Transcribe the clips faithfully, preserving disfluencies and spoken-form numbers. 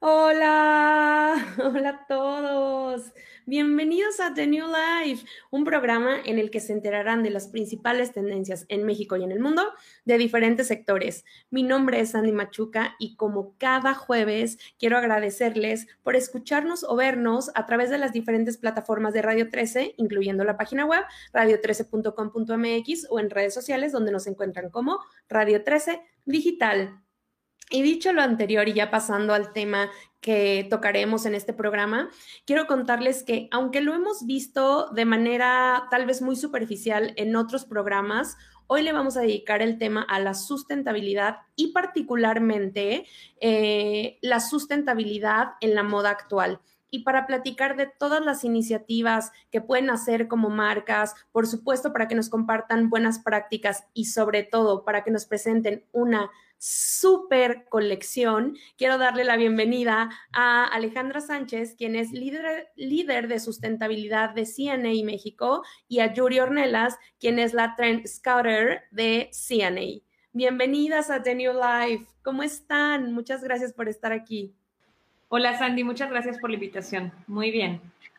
Hola, hola a todos. Bienvenidos a The New Life, un programa en el que se enterarán de las principales tendencias en México y en el mundo de diferentes sectores. Mi nombre es Sandy Machuca y como cada jueves quiero agradecerles por escucharnos o vernos a través de las diferentes plataformas de Radio trece, incluyendo la página web radio trece punto com punto m x o en redes sociales donde nos encuentran como Radio trece Digital. Y dicho lo anterior y ya pasando al tema que tocaremos en este programa, quiero contarles que aunque lo hemos visto de manera tal vez muy superficial en otros programas, hoy le vamos a dedicar el tema a la sustentabilidad y particularmente eh, la sustentabilidad en la moda actual. Y para platicar de todas las iniciativas que pueden hacer como marcas, por supuesto para que nos compartan buenas prácticas y sobre todo para que nos presenten una super colección. Quiero darle la bienvenida a Alejandra Sánchez, quien es líder, líder de sustentabilidad de C N A México, y a Yuri Ornelas, quien es la Trend Scouter de C N A. Bienvenidas a The New Life. ¿Cómo están? Muchas gracias por estar aquí. Hola Sandy, muchas gracias por la invitación. Muy bien.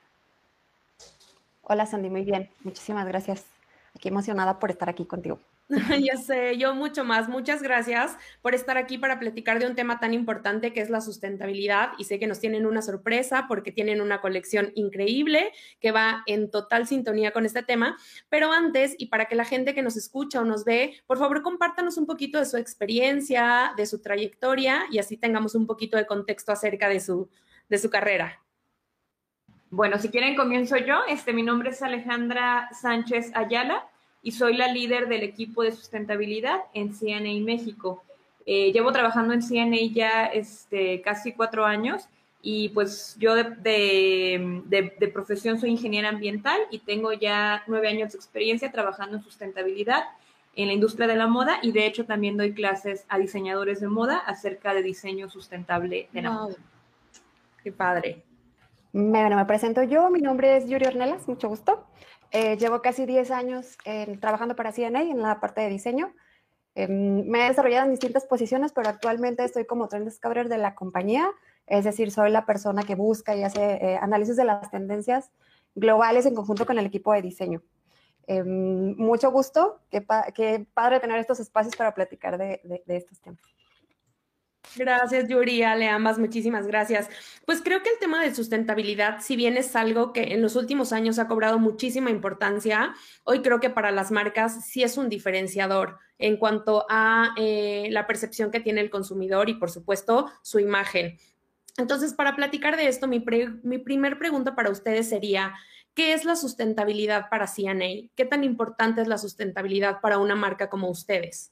Hola Sandy, muy bien. Muchísimas gracias. Aquí emocionada por estar aquí contigo. Ya sé, yo mucho más. Muchas gracias por estar aquí para platicar de un tema tan importante que es la sustentabilidad y sé que nos tienen una sorpresa porque tienen una colección increíble que va en total sintonía con este tema. Pero antes, y para que la gente que nos escucha o nos ve, por favor compártanos un poquito de su experiencia, de su trayectoria y así tengamos un poquito de contexto acerca de su, de su carrera. Bueno, si quieren comienzo yo. Este, mi nombre es Alejandra Sánchez Ayala y soy la líder del equipo de sustentabilidad en C N A México. Eh, llevo trabajando en C N A ya este, casi cuatro años y pues yo de, de, de, de profesión soy ingeniera ambiental y tengo ya nueve años de experiencia trabajando en sustentabilidad en la industria de la moda y de hecho también doy clases a diseñadores de moda acerca de diseño sustentable de la Wow. moda. Qué padre. Bueno, me presento yo. Mi nombre es Yuri Ornelas, mucho gusto. Eh, llevo casi diez años eh, trabajando para C N A en la parte de diseño. Eh, me he desarrollado en distintas posiciones, pero actualmente estoy como Trend Scouter de la compañía. Es decir, soy la persona que busca y hace eh, análisis de las tendencias globales en conjunto con el equipo de diseño. Eh, mucho gusto. Qué, pa qué padre tener estos espacios para platicar de, de, de estos temas. Gracias, Yuri, Ale, ambas, muchísimas gracias. Pues creo que el tema de sustentabilidad, si bien es algo que en los últimos años ha cobrado muchísima importancia, hoy creo que para las marcas sí es un diferenciador en cuanto a eh, la percepción que tiene el consumidor y, por supuesto, su imagen. Entonces, para platicar de esto, mi, pre mi primer pregunta para ustedes sería, ¿qué es la sustentabilidad para C N A? ¿Qué tan importante es la sustentabilidad para una marca como ustedes?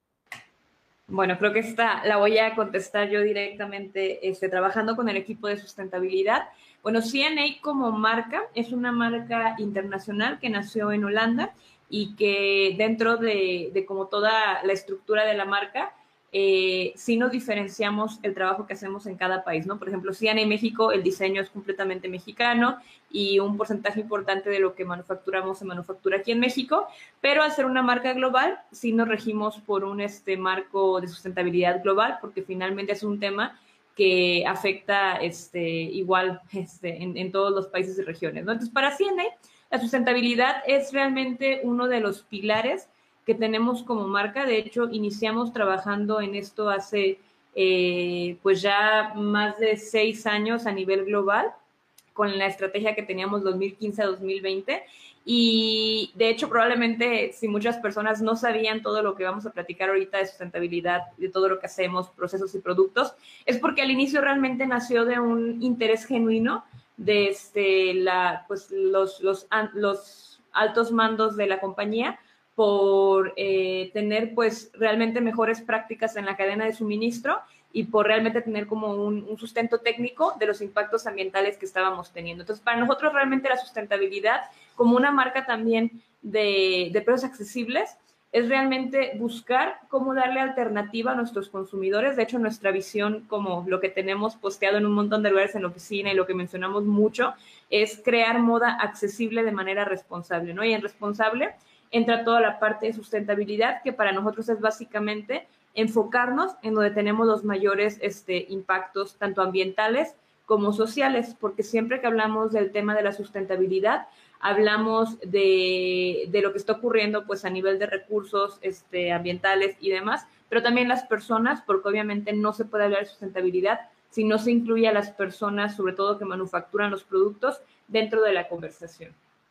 Bueno, creo que esta la voy a contestar yo directamente, este, trabajando con el equipo de sustentabilidad. Bueno, C N A como marca es una marca internacional que nació en Holanda y que dentro de, de como toda la estructura de la marca, eh, sí nos diferenciamos el trabajo que hacemos en cada país, ¿no? Por ejemplo, C N A México, el diseño es completamente mexicano y un porcentaje importante de lo que manufacturamos se manufactura aquí en México, pero al ser una marca global, sí nos regimos por un este, marco de sustentabilidad global, porque finalmente es un tema que afecta este, igual este, en, en todos los países y regiones, ¿no? Entonces, para C N A, la sustentabilidad es realmente uno de los pilares que tenemos como marca. De hecho, iniciamos trabajando en esto hace eh, pues ya más de seis años a nivel global, con la estrategia que teníamos dos mil quince a dos mil veinte. Y de hecho, probablemente si muchas personas no sabían todo lo que vamos a platicar ahorita de sustentabilidad, de todo lo que hacemos, procesos y productos, es porque al inicio realmente nació de un interés genuino de este, la, pues, los, los, los altos mandos de la compañía por eh, tener pues realmente mejores prácticas en la cadena de suministro y por realmente tener como un, un sustento técnico de los impactos ambientales que estábamos teniendo. Entonces, para nosotros realmente la sustentabilidad, como una marca también de, de precios accesibles, es realmente buscar cómo darle alternativa a nuestros consumidores. De hecho, nuestra visión, como lo que tenemos posteado en un montón de lugares en la oficina y lo que mencionamos mucho, es crear moda accesible de manera responsable, ¿no? Y en responsable entra toda la parte de sustentabilidad, que para nosotros es básicamente enfocarnos en donde tenemos los mayores este, impactos, tanto ambientales como sociales, porque siempre que hablamos del tema de la sustentabilidad, hablamos de, de lo que está ocurriendo pues a nivel de recursos este, ambientales y demás, pero también las personas, porque obviamente no se puede hablar de sustentabilidad si no se incluye a las personas, sobre todo que manufacturan los productos, dentro de la conversación.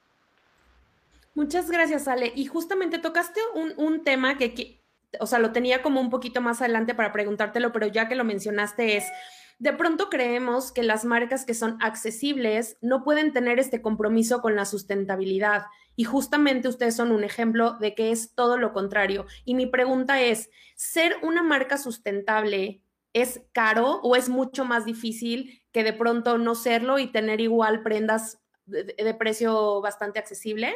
Muchas gracias, Ale. Y justamente tocaste un, un tema que, que, o sea, lo tenía como un poquito más adelante para preguntártelo, pero ya que lo mencionaste es, de pronto creemos que las marcas que son accesibles no pueden tener este compromiso con la sustentabilidad. Y justamente ustedes son un ejemplo de que es todo lo contrario. Y mi pregunta es, ¿ser una marca sustentable es caro o es mucho más difícil que de pronto no serlo y tener igual prendas de, de precio bastante accesible?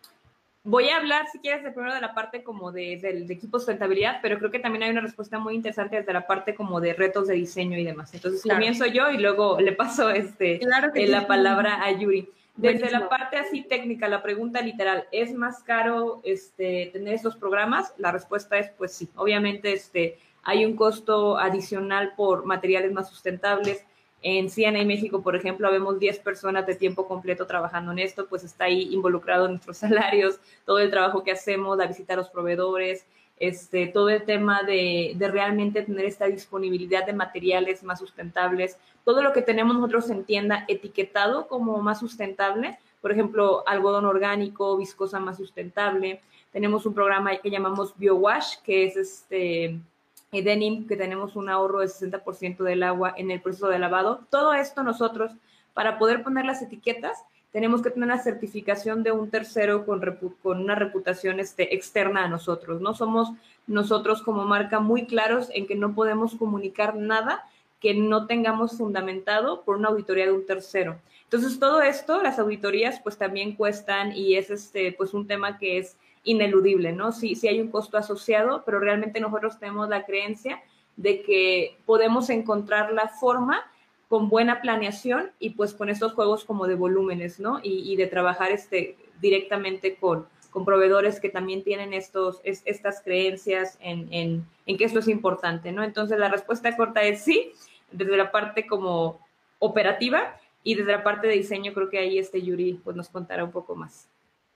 Voy a hablar, si quieres, de primero de la parte como de, del de equipo de sustentabilidad, pero creo que también hay una respuesta muy interesante desde la parte como de retos de diseño y demás. Entonces, claro, comienzo yo y luego le paso este, claro que eh, la palabra a Yuri. Desde Buenísimo. La parte así técnica, la pregunta literal, ¿es más caro este, tener estos programas? La respuesta es, pues sí. Obviamente este, hay un costo adicional por materiales más sustentables. En C N A México, por ejemplo, vemos diez personas de tiempo completo trabajando en esto, pues está ahí involucrado nuestros salarios, todo el trabajo que hacemos, la visita a los proveedores, este, todo el tema de, de realmente tener esta disponibilidad de materiales más sustentables, todo lo que tenemos nosotros en tienda etiquetado como más sustentable, por ejemplo, algodón orgánico, viscosa más sustentable. Tenemos un programa que llamamos BioWash, que es este... denim, que tenemos un ahorro del sesenta por ciento del agua en el proceso de lavado. Todo esto nosotros, para poder poner las etiquetas, tenemos que tener una certificación de un tercero con, con una reputación este, externa a nosotros, ¿no? Somos nosotros como marca muy claros en que no podemos comunicar nada que no tengamos fundamentado por una auditoría de un tercero. Entonces, todo esto, las auditorías, pues también cuestan y es este, pues un tema que es ineludible, ¿no? Sí, sí hay un costo asociado, pero realmente nosotros tenemos la creencia de que podemos encontrar la forma con buena planeación y pues con estos juegos como de volúmenes, ¿no? Y, y de trabajar este, directamente con, con proveedores que también tienen estos, es, estas creencias en, en, en que esto es importante, ¿no? Entonces la respuesta corta es sí, desde la parte como operativa y desde la parte de diseño creo que ahí este Yuri pues nos contará un poco más.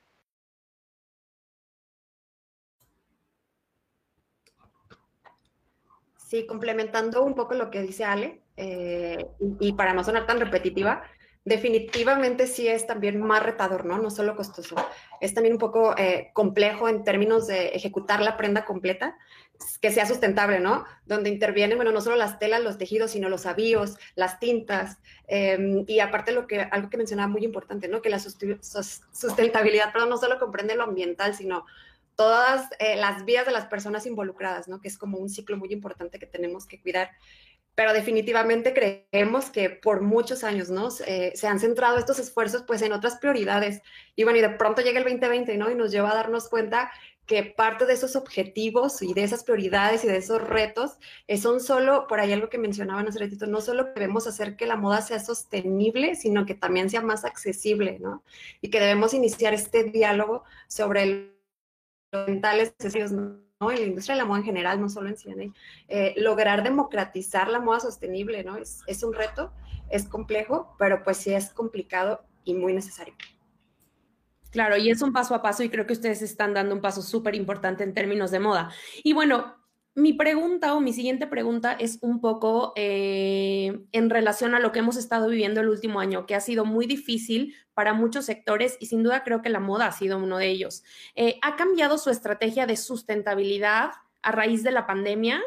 Sí, complementando un poco lo que dice Ale, eh, y, y para no sonar tan repetitiva, definitivamente sí es también más retador, ¿no? No solo costoso. Es también un poco eh, complejo en términos de ejecutar la prenda completa, que sea sustentable, ¿no? Donde intervienen, bueno, no solo las telas, los tejidos, sino los avíos, las tintas, eh, y aparte lo que, algo que mencionaba muy importante, ¿no? Que la sustentabilidad, perdón, no solo comprende lo ambiental, sino todas eh, las vidas de las personas involucradas, ¿no? Que es como un ciclo muy importante que tenemos que cuidar. Pero definitivamente creemos que por muchos años, ¿no? Eh, se han centrado estos esfuerzos, pues, en otras prioridades. Y bueno, y de pronto llega el veinte veinte, ¿no? Y nos lleva a darnos cuenta que parte de esos objetivos y de esas prioridades y de esos retos eh, son solo, por ahí algo que mencionaban hace ratito, no solo debemos hacer que la moda sea sostenible, sino que también sea más accesible, ¿no? Y que debemos iniciar este diálogo sobre el ambientales, ¿no? En la industria de la moda en general, no solo en C N A, eh, lograr democratizar la moda sostenible, ¿no? Es, es un reto, es complejo, pero pues sí es complicado y muy necesario. Claro, y es un paso a paso y creo que ustedes están dando un paso súper importante en términos de moda. Y bueno, mi pregunta o mi siguiente pregunta es un poco eh, en relación a lo que hemos estado viviendo el último año, que ha sido muy difícil para muchos sectores y sin duda creo que la moda ha sido uno de ellos. Eh, ¿Ha cambiado su estrategia de sustentabilidad a raíz de la pandemia?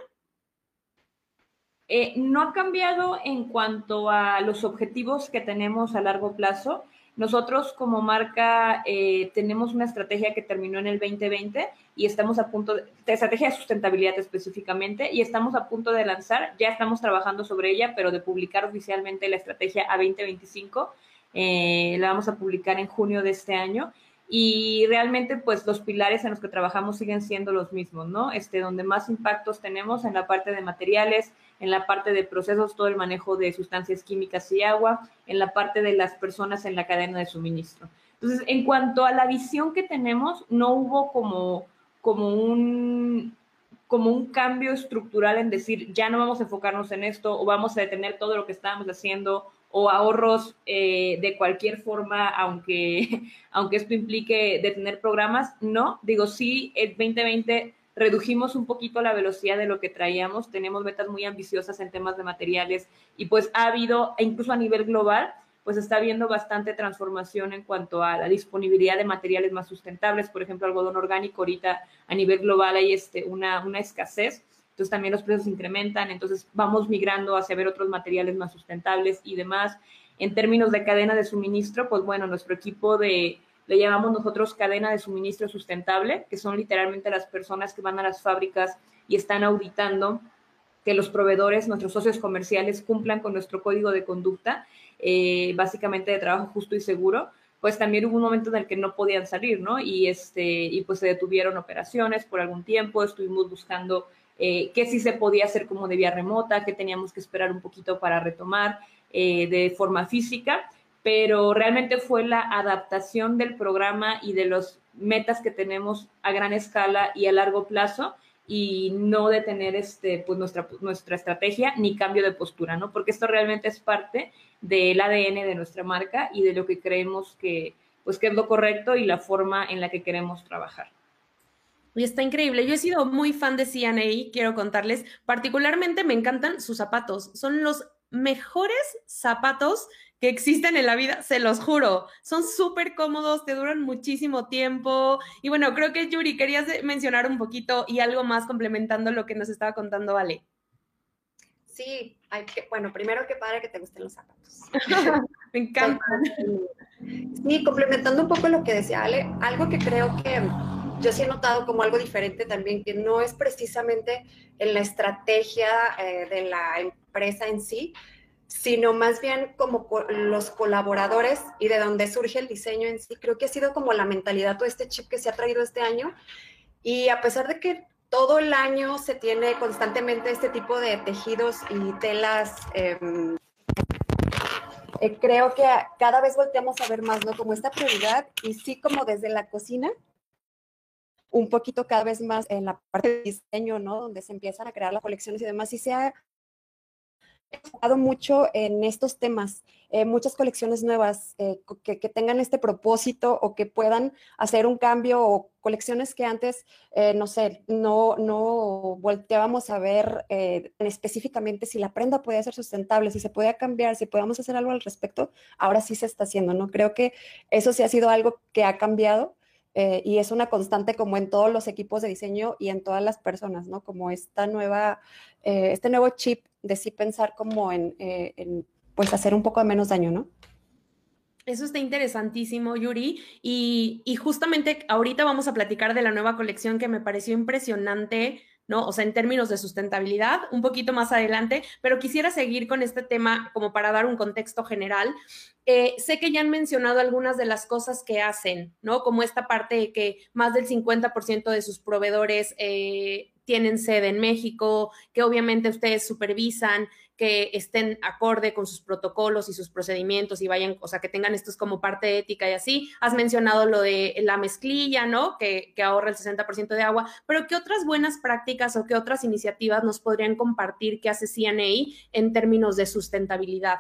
Eh, no ha cambiado en cuanto a los objetivos que tenemos a largo plazo. Nosotros como marca eh, tenemos una estrategia que terminó en el veinte veinte y estamos a punto, de, de estrategia de sustentabilidad específicamente, y estamos a punto de lanzar, ya estamos trabajando sobre ella, pero de publicar oficialmente la estrategia a veinte veinticinco. Eh, la vamos a publicar en junio de este año. Y realmente, pues, los pilares en los que trabajamos siguen siendo los mismos, ¿no? Este, donde más impactos tenemos en la parte de materiales, en la parte de procesos, todo el manejo de sustancias químicas y agua, en la parte de las personas en la cadena de suministro. Entonces, en cuanto a la visión que tenemos, no hubo como, como un... como un cambio estructural en decir, ya no vamos a enfocarnos en esto, o vamos a detener todo lo que estábamos haciendo, o ahorros eh, de cualquier forma, aunque, aunque esto implique detener programas. No, digo, sí, el veinte veinte redujimos un poquito la velocidad de lo que traíamos, tenemos metas muy ambiciosas en temas de materiales, y pues ha habido, e incluso a nivel global, pues está habiendo bastante transformación en cuanto a la disponibilidad de materiales más sustentables. Por ejemplo, algodón orgánico, ahorita a nivel global hay este, una, una escasez, entonces también los precios incrementan, entonces vamos migrando hacia ver otros materiales más sustentables y demás. En términos de cadena de suministro, pues bueno, nuestro equipo de, le llamamos nosotros cadena de suministro sustentable, que son literalmente las personas que van a las fábricas y están auditando que los proveedores, nuestros socios comerciales, cumplan con nuestro código de conducta, eh, básicamente de trabajo justo y seguro. Pues también hubo un momento en el que no podían salir, ¿no? Y, este, y pues se detuvieron operaciones por algún tiempo, estuvimos buscando eh, qué sí se podía hacer como de vía remota, qué teníamos que esperar un poquito para retomar eh, de forma física, pero realmente fue la adaptación del programa y de las metas que tenemos a gran escala y a largo plazo, y no detener este, pues nuestra, nuestra estrategia ni cambio de postura, ¿no? Porque esto realmente es parte del A D N de nuestra marca y de lo que creemos que, pues, que es lo correcto y la forma en la que queremos trabajar. Y está increíble. Yo he sido muy fan de C and A, quiero contarles. Particularmente me encantan sus zapatos. Son los mejores zapatos que existen en la vida, se los juro. Son súper cómodos, te duran muchísimo tiempo. Y bueno, creo que Yuri, querías mencionar un poquito y algo más complementando lo que nos estaba contando Ale. Sí, hay que, bueno, primero que padre que te gusten los zapatos. Me encantan. Sí, complementando un poco lo que decía Ale, algo que creo que yo sí he notado como algo diferente también, que no es precisamente en la estrategia eh, de la empresa en sí, sino más bien como co los colaboradores y de donde surge el diseño en sí. Creo que ha sido como la mentalidad o este chip que se ha traído este año, y a pesar de que todo el año se tiene constantemente este tipo de tejidos y telas, eh, eh, creo que cada vez volteamos a ver más, ¿no? Como esta prioridad, y sí como desde la cocina, un poquito cada vez más en la parte de diseño, ¿no? Donde se empiezan a crear las colecciones y demás, y se ha enfocado mucho en estos temas, eh, muchas colecciones nuevas eh, que, que tengan este propósito o que puedan hacer un cambio, o colecciones que antes, eh, no sé, no, no volteábamos a ver eh, específicamente si la prenda podía ser sustentable, si se podía cambiar, si podíamos hacer algo al respecto. Ahora sí se está haciendo, ¿no? Creo que eso sí ha sido algo que ha cambiado. Eh, y es una constante como en todos los equipos de diseño y en todas las personas, ¿no? Como esta nueva, eh, este nuevo chip de sí pensar como en, eh, en, pues, hacer un poco de menos daño, ¿no? Eso está interesantísimo, Yuri. Y, y justamente ahorita vamos a platicar de la nueva colección que me pareció impresionante, ¿no? O sea, en términos de sustentabilidad, un poquito más adelante, pero quisiera seguir con este tema como para dar un contexto general. Eh, sé que ya han mencionado algunas de las cosas que hacen, ¿no? Como esta parte de que más del cincuenta por ciento de sus proveedores eh, tienen sede en México, que obviamente ustedes supervisan, que estén acorde con sus protocolos y sus procedimientos y vayan, o sea, que tengan estos como parte ética y así. Has mencionado lo de la mezclilla, ¿no? Que, que ahorra el sesenta por ciento de agua, pero ¿qué otras buenas prácticas o qué otras iniciativas nos podrían compartir que hace C and A en términos de sustentabilidad?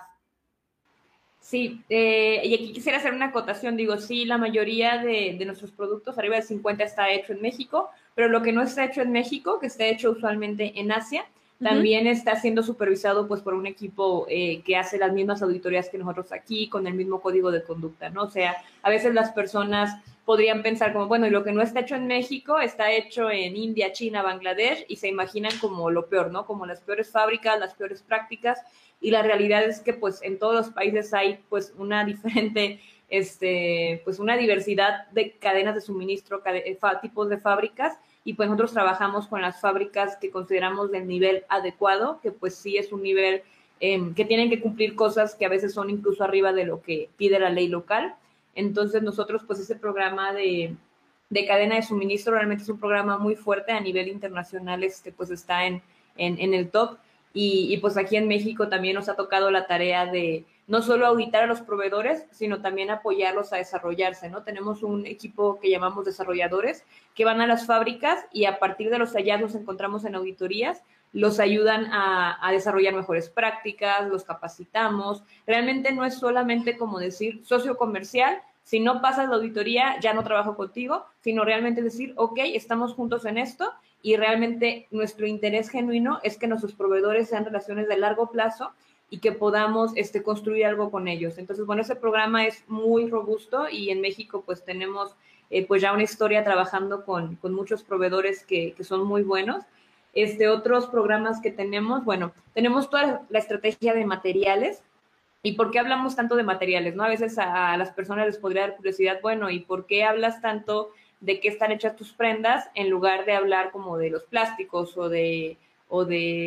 Sí, eh, y aquí quisiera hacer una acotación. Digo, sí, la mayoría de, de nuestros productos, arriba del cincuenta, está hecho en México, pero lo que no está hecho en México, que está hecho usualmente en Asia, también uh-huh. está siendo supervisado pues por un equipo eh, que hace las mismas auditorías que nosotros aquí, con el mismo código de conducta, ¿no? O sea, a veces las personas podrían pensar como, bueno, y lo que no está hecho en México está hecho en India, China, Bangladesh, y se imaginan como lo peor, ¿no? Como las peores fábricas, las peores prácticas, y la realidad es que pues en todos los países hay pues una diferente, este, pues una diversidad de cadenas de suministro, cade- tipos de fábricas, y pues nosotros trabajamos con las fábricas que consideramos del nivel adecuado, que pues sí es un nivel eh, que tienen que cumplir cosas que a veces son incluso arriba de lo que pide la ley local. Entonces nosotros pues ese programa de, de cadena de suministro realmente es un programa muy fuerte a nivel internacional, este, pues está en, en, en el top, Y, y pues aquí en México también nos ha tocado la tarea de no solo auditar a los proveedores, sino también apoyarlos a desarrollarse, ¿no? Tenemos un equipo que llamamos desarrolladores que van a las fábricas y a partir de los hallazgos que encontramos en auditorías, los ayudan a, a desarrollar mejores prácticas, los capacitamos. Realmente no es solamente como decir socio comercial, si no pasas la auditoría ya no trabajo contigo, sino realmente decir, ok, estamos juntos en esto y realmente nuestro interés genuino es que nuestros proveedores sean relaciones de largo plazo y que podamos este, construir algo con ellos. Entonces, bueno, ese programa es muy robusto y en México pues tenemos eh, pues ya una historia trabajando con, con muchos proveedores que, que son muy buenos. Este, otros programas que tenemos, bueno, tenemos toda la estrategia de materiales. ¿Y por qué hablamos tanto de materiales? ¿No? A veces a, a las personas les podría dar curiosidad, bueno, ¿y por qué hablas tanto de qué están hechas tus prendas en lugar de hablar como de los plásticos o de, o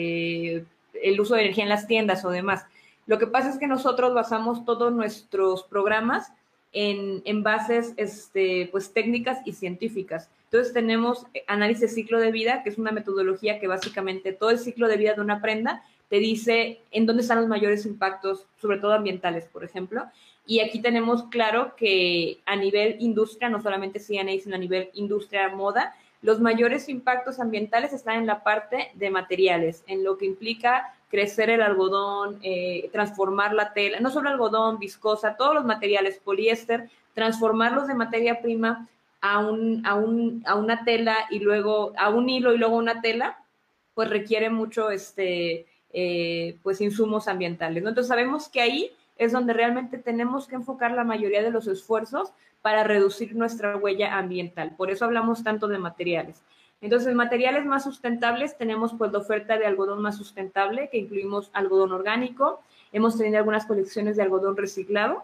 de el uso de energía en las tiendas o demás? Lo que pasa es que nosotros basamos todos nuestros programas en, en bases este, pues, técnicas y científicas. Entonces tenemos análisis de ciclo de vida, que es una metodología que básicamente todo el ciclo de vida de una prenda te dice en dónde están los mayores impactos, sobre todo ambientales, por ejemplo. Y aquí tenemos claro que a nivel industria, no solamente C N A, sino a nivel industria moda, los mayores impactos ambientales están en la parte de materiales, en lo que implica crecer el algodón, eh, transformar la tela, no solo algodón, viscosa, todos los materiales, poliéster, transformarlos de materia prima a, un, a, un, a una tela y luego a un hilo y luego una tela, pues requiere mucho este, eh, pues insumos ambientales, ¿no? Entonces sabemos que ahí es donde realmente tenemos que enfocar la mayoría de los esfuerzos para reducir nuestra huella ambiental. Por eso hablamos tanto de materiales. Entonces, materiales más sustentables, tenemos pues la oferta de algodón más sustentable, que incluimos algodón orgánico. Hemos tenido algunas colecciones de algodón reciclado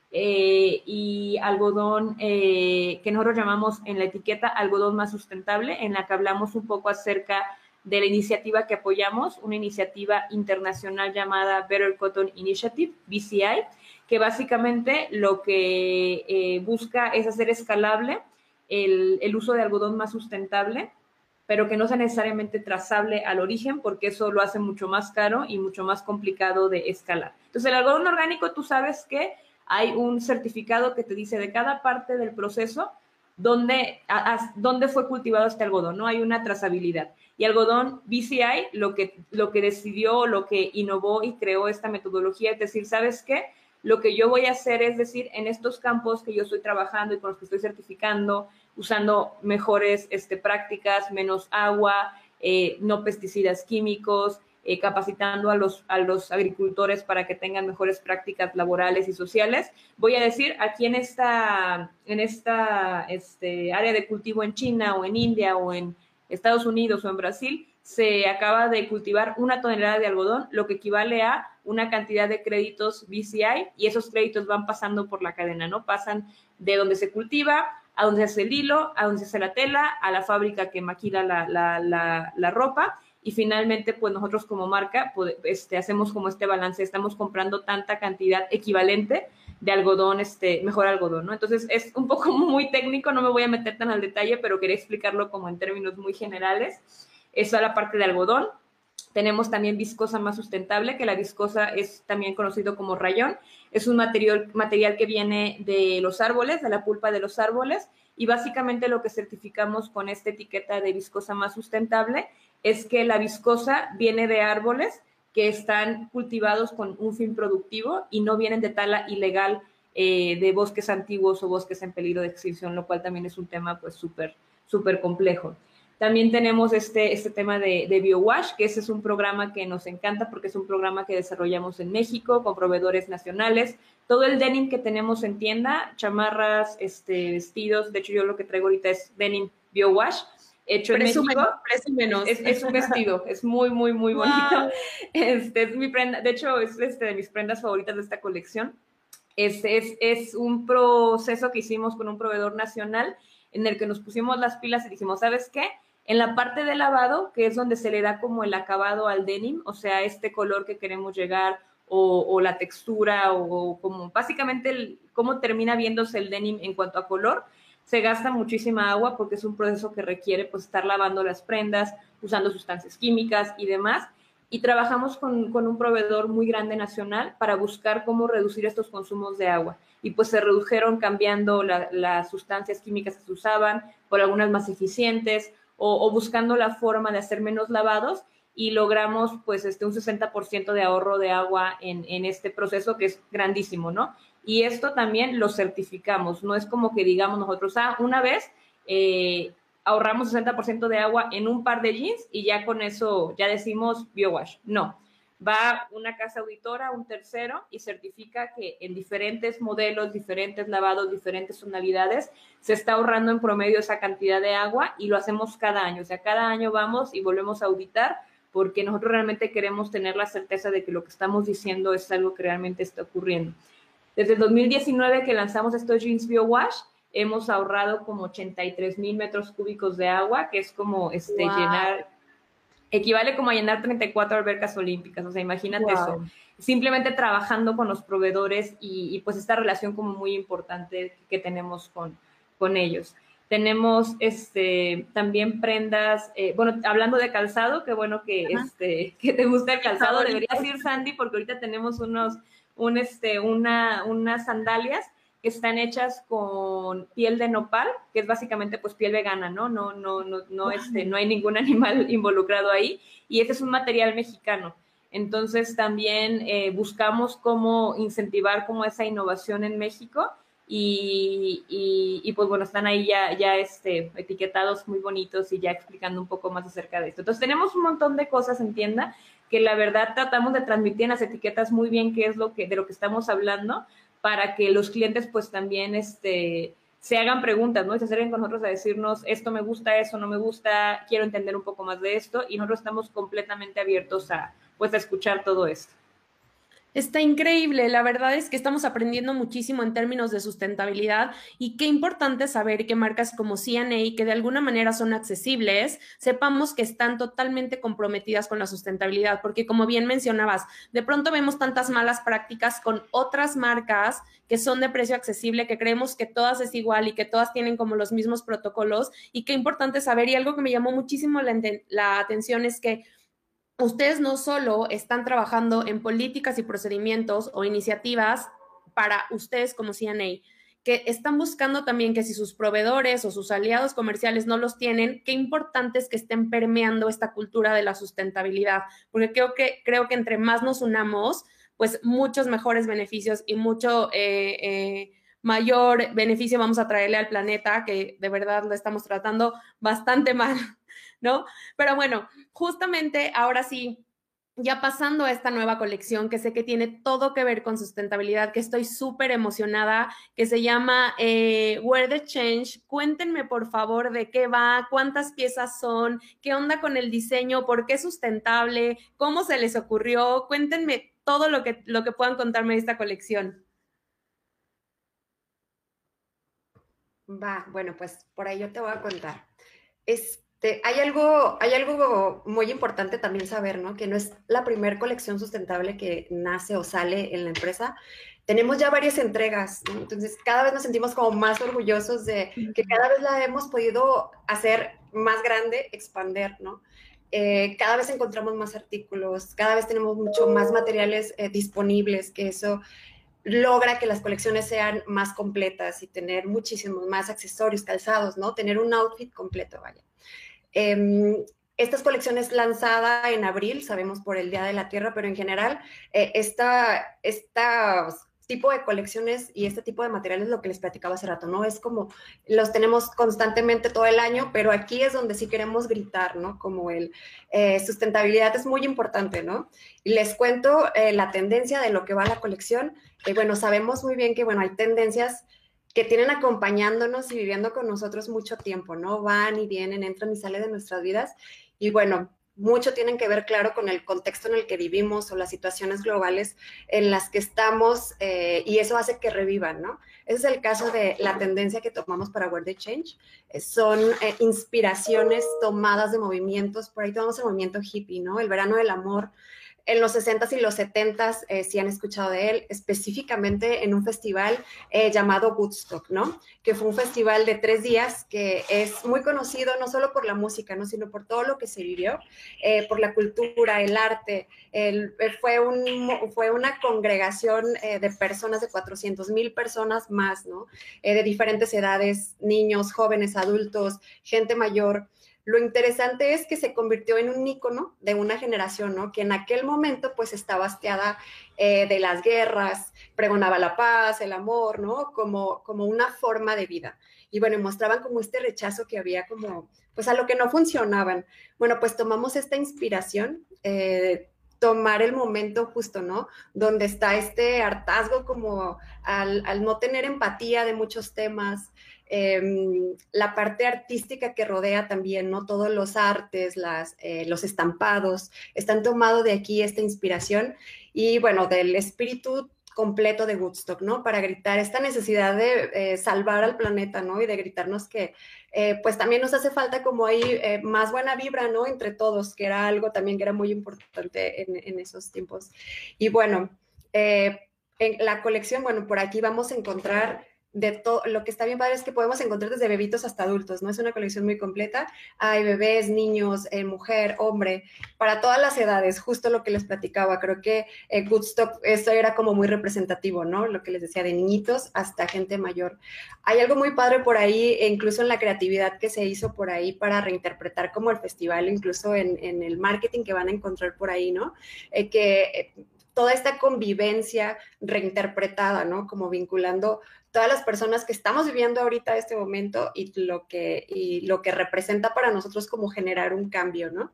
eh, y algodón eh, que nosotros llamamos en la etiqueta algodón más sustentable, en la que hablamos un poco acerca de la iniciativa que apoyamos, una iniciativa internacional llamada Better Cotton Initiative, B C I, que básicamente lo que eh, busca es hacer escalable el, el uso de algodón más sustentable, pero que no sea necesariamente trazable al origen, porque eso lo hace mucho más caro y mucho más complicado de escalar. Entonces, el algodón orgánico, tú sabes que hay un certificado que te dice de cada parte del proceso dónde, a, a, dónde fue cultivado este algodón, ¿no? Hay una trazabilidad. Y algodón B C I lo que, lo que decidió, lo que innovó y creó esta metodología es decir, ¿sabes qué? Lo que yo voy a hacer es decir, en estos campos que yo estoy trabajando y con los que estoy certificando, usando mejores este, prácticas, menos agua, eh, no pesticidas químicos, eh, capacitando a los, a los agricultores para que tengan mejores prácticas laborales y sociales. Voy a decir, aquí en esta, en esta este, área de cultivo en China o en India o en Estados Unidos o en Brasil, se acaba de cultivar una tonelada de algodón, lo que equivale a una cantidad de créditos B C I, y esos créditos van pasando por la cadena, ¿no? Pasan de donde se cultiva, a donde se hace el hilo, a donde se hace la tela, a la fábrica que maquila la, la, la, la ropa, y finalmente, pues nosotros como marca pues, este, hacemos como este balance, estamos comprando tanta cantidad equivalente de algodón, este, mejor algodón, ¿no? Entonces, es un poco muy técnico, no me voy a meter tan al detalle, pero quería explicarlo como en términos muy generales. Eso a la parte de algodón. Tenemos también viscosa más sustentable, que la viscosa es también conocido como rayón. Es un material, material que viene de los árboles, de la pulpa de los árboles, y básicamente lo que certificamos con esta etiqueta de viscosa más sustentable es que la viscosa viene de árboles que están cultivados con un fin productivo y no vienen de tala ilegal eh, de bosques antiguos o bosques en peligro de extinción, lo cual también es un tema pues súper, súper complejo. También tenemos este, este tema de, de BioWash, que ese es un programa que nos encanta porque es un programa que desarrollamos en México con proveedores nacionales. Todo el denim que tenemos en tienda, chamarras, este, vestidos, de hecho yo lo que traigo ahorita es denim BioWash, hecho Presúmenos, en México. presúmenos. Es, es un vestido, es muy, muy, muy bonito. Wow. Este, es mi prenda, de hecho es este, de mis prendas favoritas de esta colección. Este es, es un proceso que hicimos con un proveedor nacional en el que nos pusimos las pilas y dijimos, ¿sabes qué? En la parte de lavado, que es donde se le da como el acabado al denim, o sea, este color que queremos llegar, o, o la textura, o, o como básicamente el, cómo termina viéndose el denim en cuanto a color, se gasta muchísima agua porque es un proceso que requiere pues estar lavando las prendas, usando sustancias químicas y demás. y trabajamos con, con un proveedor muy grande nacional para buscar cómo reducir estos consumos de agua. Y pues se redujeron cambiando la, las sustancias químicas que se usaban por algunas más eficientes o, o buscando la forma de hacer menos lavados, y logramos pues este, un sesenta por ciento de ahorro de agua en, en este proceso, que es grandísimo, ¿no? Y esto también lo certificamos, no es como que digamos nosotros, ah, una vez eh, ahorramos sesenta por ciento de agua en un par de jeans y ya con eso ya decimos BioWash. No, va una casa auditora, un tercero, y certifica que en diferentes modelos, diferentes lavados, diferentes tonalidades, se está ahorrando en promedio esa cantidad de agua, y lo hacemos cada año. O sea, cada año vamos y volvemos a auditar, porque nosotros realmente queremos tener la certeza de que lo que estamos diciendo es algo que realmente está ocurriendo. Desde el dos mil diecinueve que lanzamos estos jeans BioWash, hemos ahorrado como ochenta y tres mil metros cúbicos de agua, que es como este, wow. llenar, equivale como a llenar treinta y cuatro albercas olímpicas. O sea, imagínate wow. eso. Simplemente trabajando con los proveedores y, y pues esta relación como muy importante que tenemos con, con ellos. Tenemos este, también prendas, eh, bueno, hablando de calzado, qué bueno que, este, que te gusta el calzado, deberías ir, Sandy, porque ahorita tenemos unos, un, este, una, unas sandalias que están hechas con piel de nopal, que es básicamente pues piel vegana, ¿no? No, no, no, no, este, no hay ningún animal involucrado ahí, y este es un material mexicano. Entonces también eh, buscamos cómo incentivar como esa innovación en México. Y, y, y pues bueno, están ahí ya, ya este, etiquetados muy bonitos y ya explicando un poco más acerca de esto. Entonces tenemos un montón de cosas en tienda que la verdad tratamos de transmitir en las etiquetas muy bien qué es lo que, de lo que estamos hablando, para que los clientes pues también este, se hagan preguntas, ¿no? Y se acerquen con nosotros a decirnos, esto me gusta, eso no me gusta, quiero entender un poco más de esto, y nosotros estamos completamente abiertos a, pues, a escuchar todo esto. Está increíble, la verdad es que estamos aprendiendo muchísimo en términos de sustentabilidad, y qué importante saber que marcas como C and A, que de alguna manera son accesibles, sepamos que están totalmente comprometidas con la sustentabilidad, porque como bien mencionabas, de pronto vemos tantas malas prácticas con otras marcas que son de precio accesible, que creemos que todas es igual y que todas tienen como los mismos protocolos, y qué importante saber. Y algo que me llamó muchísimo la, la atención es que ustedes no solo están trabajando en políticas y procedimientos o iniciativas para ustedes como C and A, que están buscando también que si sus proveedores o sus aliados comerciales no los tienen, qué importante es que estén permeando esta cultura de la sustentabilidad, porque creo que, creo que entre más nos unamos, pues muchos mejores beneficios y mucho eh, eh, mayor beneficio vamos a traerle al planeta, que de verdad lo estamos tratando bastante mal, ¿no? Pero bueno, justamente ahora sí, ya pasando a esta nueva colección que sé que tiene todo que ver con sustentabilidad, que estoy súper emocionada, que se llama eh, Wear the Change. Cuéntenme por favor de qué va, cuántas piezas son, qué onda con el diseño, por qué es sustentable, cómo se les ocurrió. Cuéntenme todo lo que, lo que puedan contarme de esta colección. Va, bueno, pues por ahí yo te voy a contar. Este, hay algo, hay algo muy importante también saber, ¿no? Que no es la primera colección sustentable que nace o sale en la empresa. Tenemos ya varias entregas, ¿no? Entonces cada vez nos sentimos como más orgullosos de que cada vez la hemos podido hacer más grande, expander, ¿no? Eh, cada vez encontramos más artículos, cada vez tenemos mucho más materiales eh, disponibles, que eso logra que las colecciones sean más completas y tener muchísimos más accesorios, calzados, ¿no? Tener un outfit completo, vaya. Eh, estas colecciones lanzada en abril, sabemos por el Día de la Tierra, pero en general, eh, esta, esta tipo de colecciones y este tipo de materiales, lo que les platicaba hace rato, ¿no? Es como, los tenemos constantemente todo el año, pero aquí es donde sí queremos gritar, ¿no? Como el eh, sustentabilidad es muy importante, ¿no? Y les cuento eh, la tendencia de lo que va a la colección. Eh, bueno, sabemos muy bien que, bueno, hay tendencias que tienen acompañándonos y viviendo con nosotros mucho tiempo, ¿no? Van y vienen, entran y salen de nuestras vidas. Y bueno, mucho tienen que ver, claro, con el contexto en el que vivimos o las situaciones globales en las que estamos, eh, y eso hace que revivan, ¿no? Ese es el caso de la tendencia que tomamos para Wear the Change. Eh, son eh, inspiraciones tomadas de movimientos, por ahí tomamos el movimiento hippie, ¿no? El verano del amor, en los sesentas y los setentas, eh, si han escuchado de él, específicamente en un festival eh, llamado Woodstock, ¿no? Que fue un festival de tres días que es muy conocido no solo por la música, ¿no? Sino por todo lo que se vivió, eh, por la cultura, el arte. El, fue, un, fue una congregación eh, de personas, de cuatrocientas mil personas más, ¿no? Eh, de diferentes edades, niños, jóvenes, adultos, gente mayor. Lo interesante es que se convirtió en un ícono de una generación, ¿no? Que en aquel momento, pues, estaba hastiada eh, de las guerras, pregonaba la paz, el amor, ¿no? Como, como una forma de vida. Y bueno, mostraban como este rechazo que había como, pues, a lo que no funcionaban. Bueno, pues tomamos esta inspiración, eh, tomar el momento justo, ¿no? Donde está este hartazgo como al, al no tener empatía de muchos temas, eh, la parte artística que rodea también, ¿no? Todos los artes, las, eh, los estampados, están tomados de aquí esta inspiración y, bueno, del espíritu completo de Woodstock, ¿no? Para gritar esta necesidad de eh, salvar al planeta, ¿no? Y de gritarnos que, eh, pues también nos hace falta como ahí eh, más buena vibra, ¿no? Entre todos, que era algo también que era muy importante en, en esos tiempos. Y bueno, eh, en la colección, bueno, por aquí vamos a encontrar de todo, lo que está bien padre es que podemos encontrar desde bebitos hasta adultos, ¿no? Es una colección muy completa. Hay bebés, niños, eh, mujer, hombre, para todas las edades, justo lo que les platicaba. Creo que eh, Woodstock, esto era como muy representativo, ¿no? Lo que les decía, de niñitos hasta gente mayor. Hay algo muy padre por ahí, e incluso en la creatividad que se hizo por ahí para reinterpretar como el festival, incluso en, en el marketing que van a encontrar por ahí, ¿no? Eh, que... Eh, toda esta convivencia reinterpretada, ¿no? Como vinculando todas las personas que estamos viviendo ahorita este momento y lo que, y lo que representa para nosotros como generar un cambio, ¿no?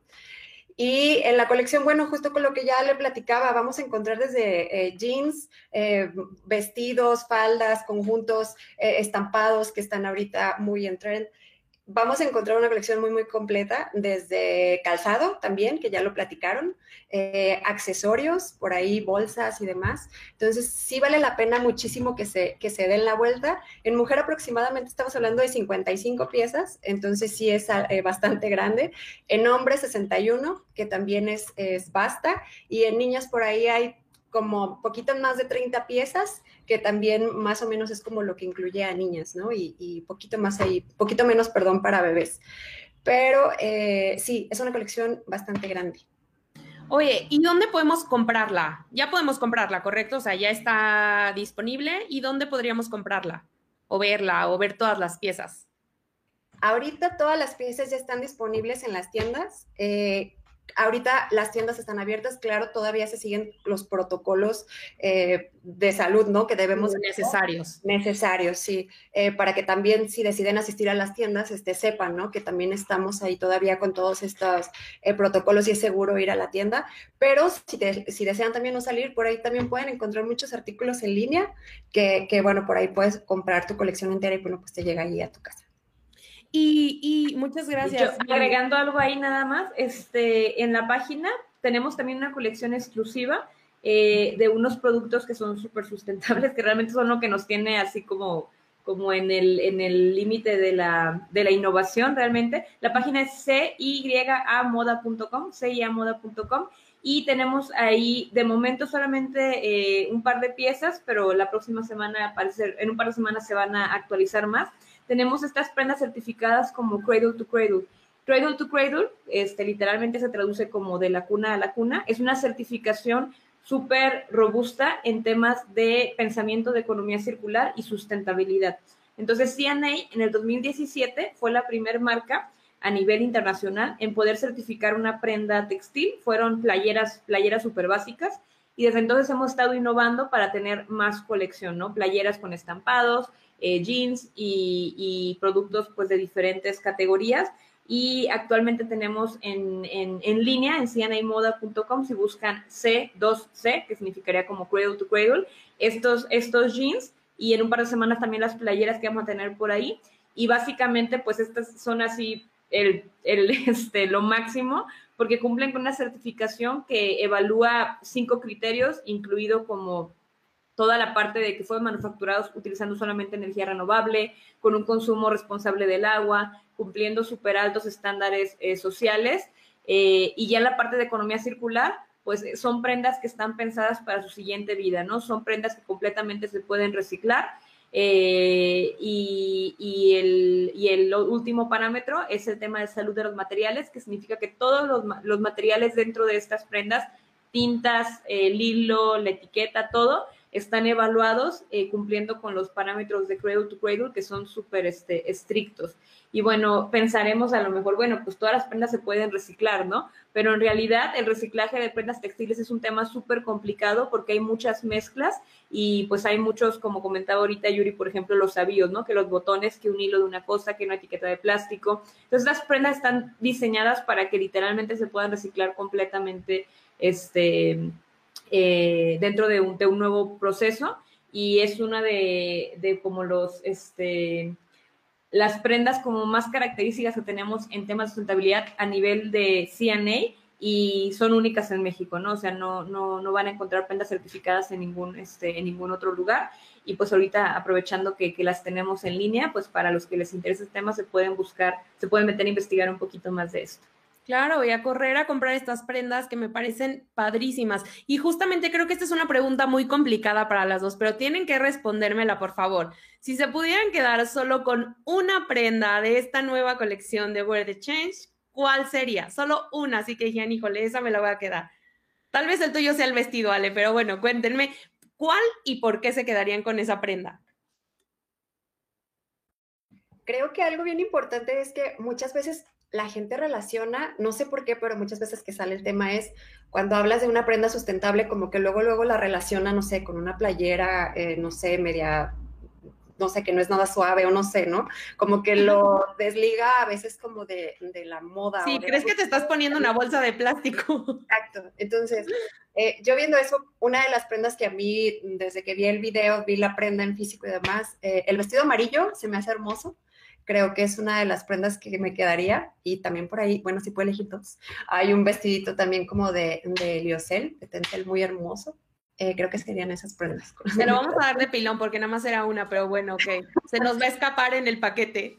Y en la colección, bueno, justo con lo que ya le platicaba, vamos a encontrar desde eh, jeans, eh, vestidos, faldas, conjuntos, eh, estampados que están ahorita muy en trend. Vamos a encontrar una colección muy, muy completa, desde calzado también, que ya lo platicaron, eh, accesorios, por ahí bolsas y demás. Entonces, sí vale la pena muchísimo que se, que se den la vuelta. En mujer aproximadamente estamos hablando de cincuenta y cinco piezas, entonces sí es eh, bastante grande. En hombre, sesenta y uno, que también es, es basta. Y en niñas por ahí hay como poquito más de treinta piezas, que también más o menos es como lo que incluye a niñas, ¿no? Y, y poquito más ahí, poquito menos, perdón, para bebés. Pero eh, sí, es una colección bastante grande. Oye, ¿y dónde podemos comprarla? Ya podemos comprarla, ¿correcto? O sea, ya está disponible. ¿Y dónde podríamos comprarla? O verla, o ver todas las piezas. Ahorita todas las piezas ya están disponibles en las tiendas. Eh, Ahorita las tiendas están abiertas, claro, todavía se siguen los protocolos eh, de salud, ¿no? Que debemos... Necesarios. Necesarios, sí, eh, para que también si deciden asistir a las tiendas, este, sepan, ¿no? Que también estamos ahí todavía con todos estos eh, protocolos y es seguro ir a la tienda, pero si, te, si desean también no salir, por ahí también pueden encontrar muchos artículos en línea que, que, bueno, por ahí puedes comprar tu colección entera y, bueno, pues te llega ahí a tu casa. Y, y muchas gracias. Yo, agregando algo ahí nada más, este, en la página tenemos también una colección exclusiva eh, de unos productos que son súper sustentables, que realmente son lo que nos tiene así como, como en el en el límite de la, de la innovación realmente. La página es c y a moda punto com, c y a moda punto com, y tenemos ahí de momento solamente eh, un par de piezas, pero la próxima semana, parece, en un par de semanas se van a actualizar más. Tenemos estas prendas certificadas como Cradle to Cradle. Cradle to Cradle, este, literalmente se traduce como de la cuna a la cuna. Es una certificación súper robusta en temas de pensamiento de economía circular y sustentabilidad. Entonces, C and A en el dos mil diecisiete fue la primera marca a nivel internacional en poder certificar una prenda textil. Fueron playeras, playeras súper básicas, y desde entonces hemos estado innovando para tener más colección, ¿no? Playeras con estampados, eh, jeans y, y productos pues de diferentes categorías. Y actualmente tenemos en, en, en línea en c and a moda punto com, si buscan C dos C, que significaría como Cradle to Cradle, estos, estos jeans, y en un par de semanas también las playeras que vamos a tener por ahí. Y básicamente pues estas son así el, el, este, lo máximo, porque cumplen con una certificación que evalúa cinco criterios, incluido como toda la parte de que fueron manufacturados utilizando solamente energía renovable, con un consumo responsable del agua, cumpliendo súper altos estándares eh, sociales, eh, y ya la parte de economía circular, pues son prendas que están pensadas para su siguiente vida, ¿no? Son prendas que completamente se pueden reciclar. Eh, y, y, el, y el último parámetro es el tema de salud de los materiales, que significa que todos los, los materiales dentro de estas prendas, tintas, el hilo, la etiqueta, todo, están evaluados eh, cumpliendo con los parámetros de Cradle to Cradle, que son súper este, estrictos. Y bueno, pensaremos a lo mejor, bueno, pues todas las prendas se pueden reciclar, ¿no? Pero en realidad el reciclaje de prendas textiles es un tema súper complicado porque hay muchas mezclas y pues hay muchos, como comentaba ahorita Yuri, por ejemplo, los avíos, ¿no? Que los botones, que un hilo de una cosa, que una etiqueta de plástico. Entonces las prendas están diseñadas para que literalmente se puedan reciclar completamente este, eh, dentro de un, de un nuevo proceso, y es una de, de como los... este las prendas como más características que tenemos en temas de sustentabilidad a nivel de C N A, y son únicas en México, ¿no? O sea, no, no, no van a encontrar prendas certificadas en ningún, este, en ningún otro lugar. Y pues ahorita, aprovechando que, que las tenemos en línea, pues para los que les interesa este tema se pueden buscar, se pueden meter a investigar un poquito más de esto. Claro, voy a correr a comprar estas prendas que me parecen padrísimas. Y justamente creo que esta es una pregunta muy complicada para las dos, pero tienen que respondérmela, por favor. Si se pudieran quedar solo con una prenda de esta nueva colección de Wear the Change, ¿cuál sería? Solo una, así que dijeron, híjole, esa me la voy a quedar. Tal vez el tuyo sea el vestido, Ale, pero bueno, cuéntenme, ¿cuál y por qué se quedarían con esa prenda? Creo que algo bien importante es que muchas veces la gente relaciona, no sé por qué, pero muchas veces que sale el tema es cuando hablas de una prenda sustentable, como que luego, luego la relaciona, no sé, con una playera, eh, no sé, media, no sé, que no es nada suave o no sé, ¿no? Como que lo desliga a veces como de, de la moda. Sí, ¿crees que te estás poniendo una bolsa de plástico? Exacto. Entonces, eh, yo viendo eso, una de las prendas que a mí, desde que vi el video, vi la prenda en físico y demás, eh, el vestido amarillo se me hace hermoso. Creo que es una de las prendas que me quedaría, y también por ahí, bueno, si puedo elegir dos. Hay un vestidito también como de, de Lyocell, de Tencel, muy hermoso. Eh, creo que serían esas prendas. Se lo vamos a dar de pilón porque nada más era una, pero bueno, ok. Se nos va a escapar en el paquete.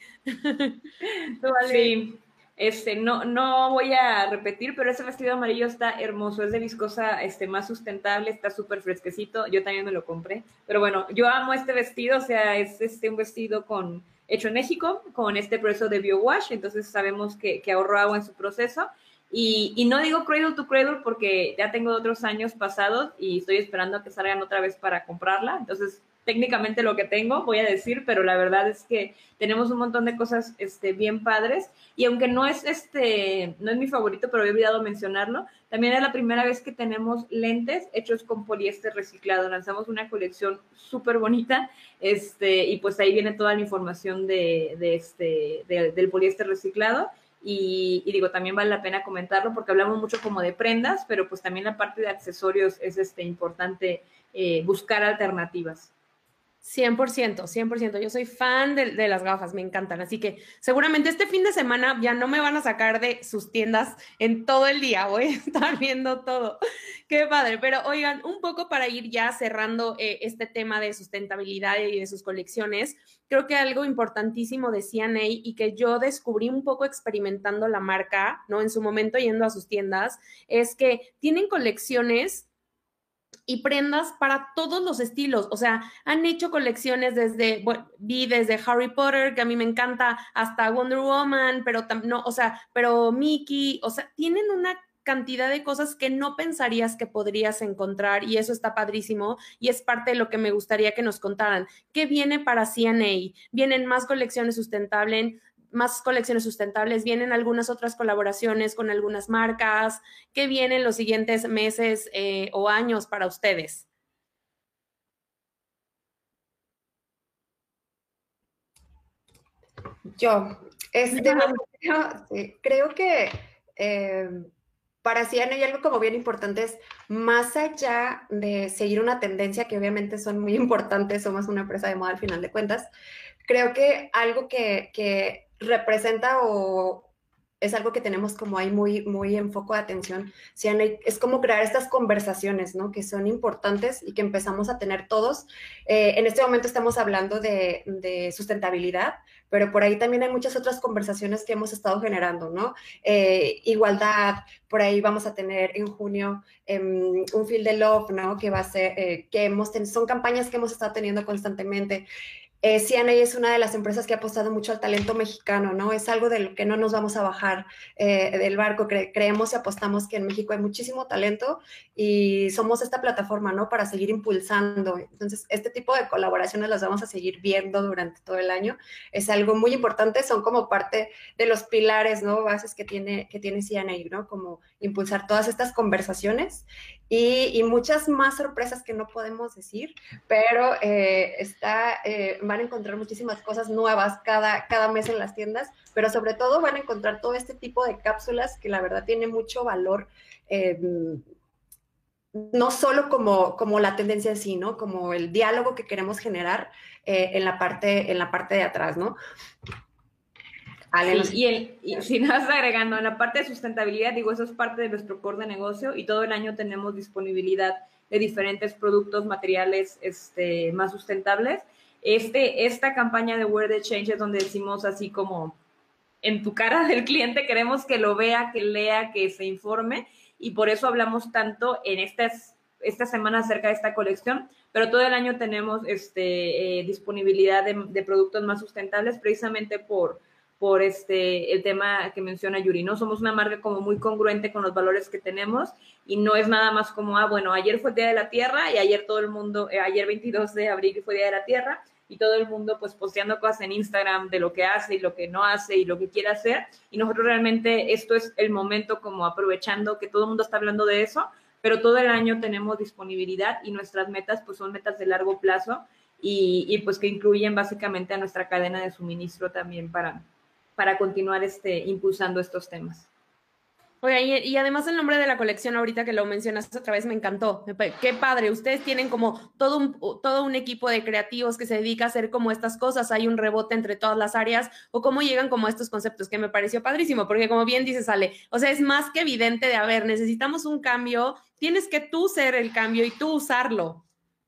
Vale. Sí, este, no, no voy a repetir, pero ese vestido amarillo está hermoso, es de viscosa, este, más sustentable, está súper fresquecito. Yo también me lo compré, pero bueno, yo amo este vestido, o sea, es este, un vestido con... hecho en México, con este proceso de biowash, entonces sabemos que, que ahorró agua en su proceso, y, y no digo cradle to cradle porque ya tengo otros años pasados y estoy esperando a que salgan otra vez para comprarla, entonces técnicamente lo que tengo, voy a decir, pero la verdad es que tenemos un montón de cosas este, bien padres, y aunque no es, este, no es mi favorito, pero he olvidado mencionarlo, también es la primera vez que tenemos lentes hechos con poliéster reciclado. Lanzamos una colección súper bonita, este, y pues ahí viene toda la información de, de este, de, del poliéster reciclado. Y, y digo, también vale la pena comentarlo porque hablamos mucho como de prendas, pero pues también la parte de accesorios es este, importante eh, buscar alternativas. cien por ciento, cien por ciento. Yo soy fan de, de las gafas, me encantan. Así que seguramente este fin de semana ya no me van a sacar de sus tiendas en todo el día. Voy a estar viendo todo. Qué padre. Pero oigan, un poco para ir ya cerrando eh, este tema de sustentabilidad y de sus colecciones, creo que algo importantísimo de C N A y que yo descubrí un poco experimentando la marca, ¿no? En su momento yendo a sus tiendas, es que tienen colecciones y prendas para todos los estilos. O sea, han hecho colecciones desde, bueno, vi desde Harry Potter, que a mí me encanta, hasta Wonder Woman, pero no, o sea, pero Mickey, o sea, tienen una cantidad de cosas que no pensarías que podrías encontrar, y eso está padrísimo, y es parte de lo que me gustaría que nos contaran. ¿Qué viene para C N A? ¿Vienen más colecciones sustentables? más colecciones sustentables, vienen algunas otras colaboraciones con algunas marcas? ¿Qué vienen los siguientes meses eh, o años para ustedes? Yo, este, creo, sí, creo que eh, para C N A hay algo como bien importante, es más allá de seguir una tendencia que obviamente son muy importantes, somos una empresa de moda al final de cuentas, creo que algo que, que representa o es algo que tenemos como ahí muy, muy en foco de atención, C N A, es como crear estas conversaciones, ¿no? Que son importantes y que empezamos a tener todos. Eh, en este momento estamos hablando de, de sustentabilidad, pero por ahí también hay muchas otras conversaciones que hemos estado generando, ¿no? Eh, igualdad, por ahí vamos a tener en junio eh, un Feel the Love, ¿no? Que va a ser, eh, que hemos son campañas que hemos estado teniendo constantemente. Eh, C N A es una de las empresas que ha apostado mucho al talento mexicano, ¿no? Es algo de lo que no nos vamos a bajar eh, del barco. Cre creemos y apostamos que en México hay muchísimo talento y somos esta plataforma, ¿no? Para seguir impulsando. Entonces, este tipo de colaboraciones las vamos a seguir viendo durante todo el año. Es algo muy importante, son como parte de los pilares, ¿no? Bases que tiene, que tiene C N A, ¿no? Como impulsar todas estas conversaciones y, y muchas más sorpresas que no podemos decir, pero eh, está... Eh, van a encontrar muchísimas cosas nuevas cada, cada mes en las tiendas, pero sobre todo van a encontrar todo este tipo de cápsulas que la verdad tiene mucho valor, eh, no solo como, como la tendencia en sí, ¿no? Como el diálogo que queremos generar eh, en, la parte, en la parte de atrás, ¿no? Ale, sí, y, el, y si nos vas agregando en la parte de sustentabilidad, digo, eso es parte de nuestro core de negocio y todo el año tenemos disponibilidad de diferentes productos, materiales este, más sustentables. Este, esta campaña de Wear the Change es donde decimos así como en tu cara del cliente, queremos que lo vea, que lea, que se informe y por eso hablamos tanto en estas, esta semana acerca de esta colección, pero todo el año tenemos este, eh, disponibilidad de, de productos más sustentables precisamente por, por este, el tema que menciona Yuri, ¿no? Somos una marca como muy congruente con los valores que tenemos y no es nada más como, ah, bueno, ayer fue el Día de la Tierra y ayer todo el mundo, eh, ayer veintidós de abril fue Día de la Tierra, y todo el mundo pues posteando cosas en Instagram de lo que hace y lo que no hace y lo que quiere hacer, y nosotros realmente esto es el momento como aprovechando que todo el mundo está hablando de eso, pero todo el año tenemos disponibilidad y nuestras metas pues son metas de largo plazo y, y pues que incluyen básicamente a nuestra cadena de suministro también para, para continuar este, impulsando estos temas. Oye, y, y además el nombre de la colección, ahorita que lo mencionaste otra vez, me encantó. Qué padre, ustedes tienen como todo un, todo un equipo de creativos que se dedica a hacer como estas cosas, hay un rebote entre todas las áreas, o cómo llegan como a estos conceptos, que me pareció padrísimo, porque como bien dices, Ale, o sea, es más que evidente de, a ver, necesitamos un cambio, tienes que tú ser el cambio y tú usarlo.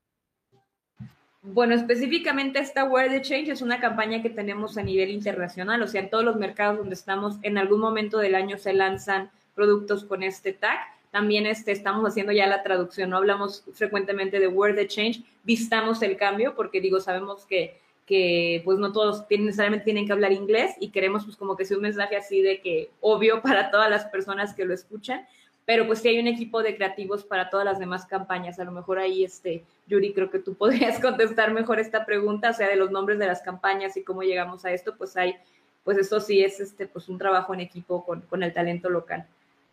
Bueno, específicamente esta Wear the Change es una campaña que tenemos a nivel internacional, o sea, en todos los mercados donde estamos, en algún momento del año se lanzan productos con este tag. También este, estamos haciendo ya la traducción, no hablamos frecuentemente de Wear the Change, vistamos el cambio, porque digo, sabemos que, que pues no todos tienen, necesariamente tienen que hablar inglés y queremos pues como que sea un mensaje así de que obvio para todas las personas que lo escuchan, pero pues sí hay un equipo de creativos para todas las demás campañas. A lo mejor ahí, este, Yuri, creo que tú podrías contestar mejor esta pregunta, o sea, de los nombres de las campañas y cómo llegamos a esto, pues hay, pues esto sí es este, pues un trabajo en equipo con, con el talento local.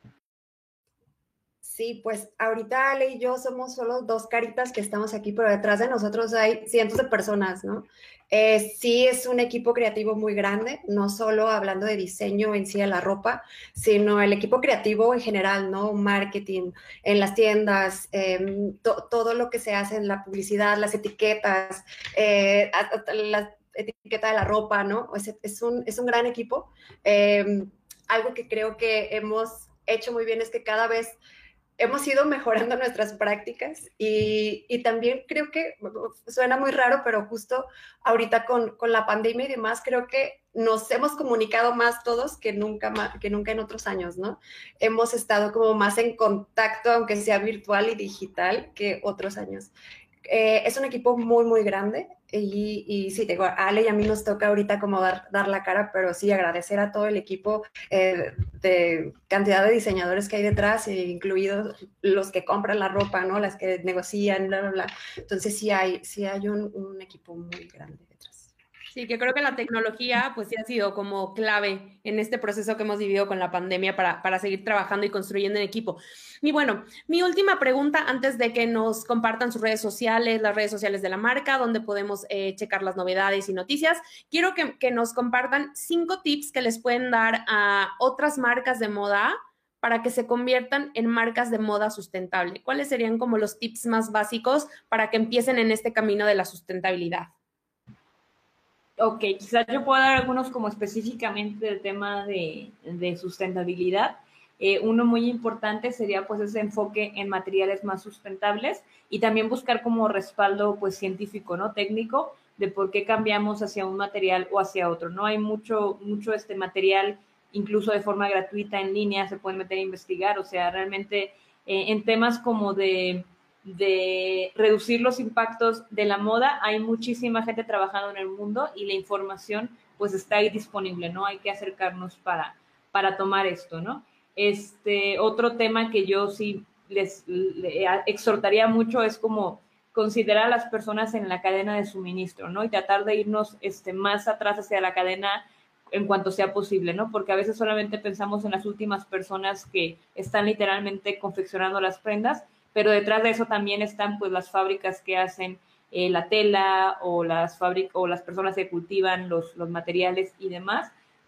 Sí, pues ahorita Ale y yo somos solo dos caritas que estamos aquí, pero detrás de nosotros hay cientos de personas, ¿no? Eh, sí es un equipo creativo muy grande, no solo hablando de diseño en sí de la ropa, sino el equipo creativo en general, ¿no? Marketing, en las tiendas, eh, to todo lo que se hace en la publicidad, las etiquetas, eh, la etiqueta de la ropa, ¿no? Es, es, un, es un gran equipo. Eh, algo que creo que hemos hecho muy bien es que cada vez hemos ido mejorando nuestras prácticas y, y también creo que suena muy raro, pero justo ahorita con, con la pandemia y demás, creo que nos hemos comunicado más todos que nunca, más, que nunca en otros años, ¿no? Hemos estado como más en contacto, aunque sea virtual y digital, que otros años. Eh, es un equipo muy, muy grande y, y sí, te digo, a Ale y a mí nos toca ahorita como dar, dar la cara, pero sí agradecer a todo el equipo eh, de cantidad de diseñadores que hay detrás, eh, incluidos los que compran la ropa, ¿no? Las que negocian, bla, bla, bla. Entonces sí hay, sí hay un, un equipo muy grande detrás. Sí, que creo que la tecnología pues sí ha sido como clave en este proceso que hemos vivido con la pandemia para, para seguir trabajando y construyendo en equipo. Y bueno, mi última pregunta antes de que nos compartan sus redes sociales, las redes sociales de la marca, donde podemos eh, checar las novedades y noticias. Quiero que, que nos compartan cinco tips que les pueden dar a otras marcas de moda para que se conviertan en marcas de moda sustentable. ¿Cuáles serían como los tips más básicos para que empiecen en este camino de la sustentabilidad? Ok, quizás yo pueda dar algunos como específicamente del tema de, de sustentabilidad. Eh, uno muy importante sería pues ese enfoque en materiales más sustentables y también buscar como respaldo pues científico, ¿no? Técnico de por qué cambiamos hacia un material o hacia otro, ¿no? Hay mucho, mucho este material, incluso de forma gratuita en línea, se pueden meter a investigar, o sea, realmente eh, en temas como de, de reducir los impactos de la moda, hay muchísima gente trabajando en el mundo y la información pues está ahí disponible, ¿no? Hay que acercarnos para, para tomar esto, ¿no? Este, otro tema que yo sí les, les exhortaría mucho es como considerar a las personas en la cadena de suministro, ¿no? Y tratar de irnos este, más atrás hacia la cadena en cuanto sea posible, ¿no? Porque a veces solamente pensamos en las últimas personas que están literalmente confeccionando las prendas, pero detrás de eso también están pues las fábricas que hacen eh, la tela o las fábricas o las personas que cultivan los, los materiales y demás.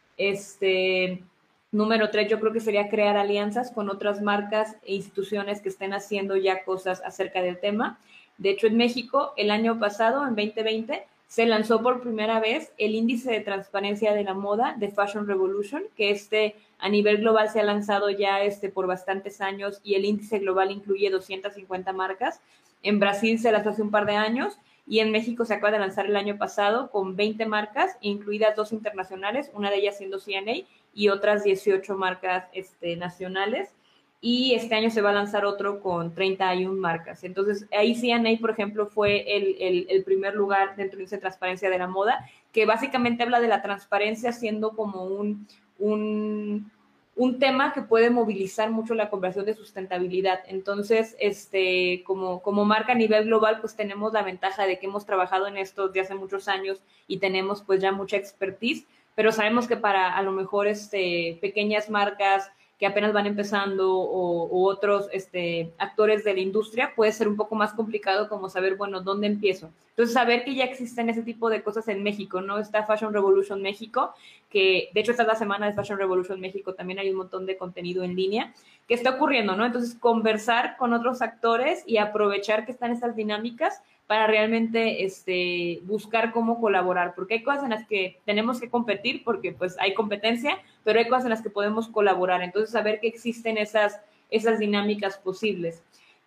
Este, número tres, yo creo que sería crear alianzas con otras marcas e instituciones que estén haciendo ya cosas acerca del tema. De hecho, en México, el año pasado, en veinte veinte, se lanzó por primera vez el índice de transparencia de la moda de Fashion Revolution, que este a nivel global se ha lanzado ya este por bastantes años y el índice global incluye doscientas cincuenta marcas. En Brasil se lanzó hace un par de años y en México se acaba de lanzar el año pasado con veinte marcas, incluidas dos internacionales, una de ellas siendo C N A y otras dieciocho marcas este, nacionales. Y este año se va a lanzar otro con treinta y una marcas. Entonces, ahí C N A, por ejemplo, fue el, el, el primer lugar dentro de esa transparencia de la moda, que básicamente habla de la transparencia siendo como un, un, un tema que puede movilizar mucho la conversión de sustentabilidad. Entonces, este, como, como marca a nivel global, pues tenemos la ventaja de que hemos trabajado en esto desde hace muchos años y tenemos pues ya mucha expertise, pero sabemos que para a lo mejor este, pequeñas marcas que apenas van empezando o, o otros este, actores de la industria, puede ser un poco más complicado como saber, bueno, ¿dónde empiezo? Entonces, saber que ya existen ese tipo de cosas en México, ¿no? Está Fashion Revolution México, que de hecho esta es la semana de Fashion Revolution México, también hay un montón de contenido en línea que está ocurriendo, ¿no? Entonces, conversar con otros actores y aprovechar que están estas dinámicas para realmente este, buscar cómo colaborar, porque hay cosas en las que tenemos que competir, porque pues hay competencia, pero hay cosas en las que podemos colaborar, entonces saber que existen esas, esas dinámicas posibles.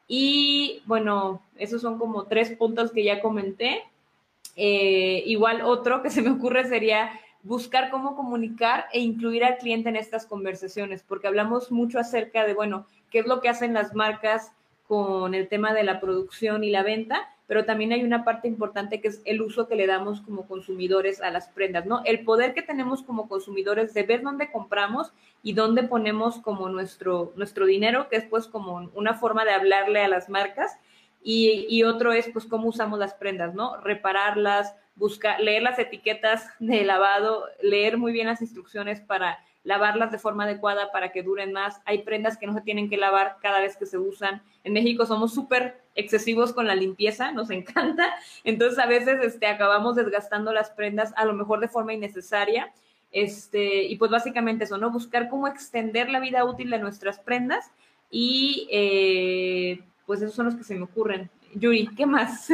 Y bueno, esos son como tres puntos que ya comenté. Eh, igual otro que se me ocurre sería buscar cómo comunicar e incluir al cliente en estas conversaciones, porque hablamos mucho acerca de, bueno, qué es lo que hacen las marcas con el tema de la producción y la venta, pero también hay una parte importante que es el uso que le damos como consumidores a las prendas, ¿no? El poder que tenemos como consumidores de ver dónde compramos y dónde ponemos como nuestro, nuestro dinero, que es pues como una forma de hablarle a las marcas, y, y otro es pues cómo usamos las prendas, ¿no? Repararlas, buscar, leer las etiquetas de lavado, leer muy bien las instrucciones para lavarlas de forma adecuada para que duren más. Hay prendas que no se tienen que lavar cada vez que se usan. En México somos súper excesivos con la limpieza, nos encanta. Entonces, a veces este, acabamos desgastando las prendas, a lo mejor de forma innecesaria. Este, y pues básicamente eso, ¿no? Buscar cómo extender la vida útil de nuestras prendas y eh, pues esos son los que se me ocurren. Yuri, ¿qué más?